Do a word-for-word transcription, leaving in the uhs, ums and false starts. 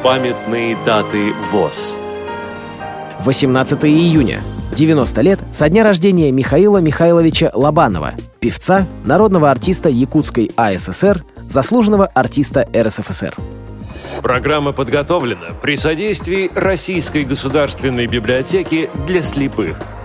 Памятные даты ВОС. восемнадцатого июня. девяносто лет со дня рождения Михаила Михайловича Лобанова, певца, народного артиста Якутской АССР, заслуженного артиста РСФСР. Программа подготовлена при содействии Российской государственной библиотеки для слепых.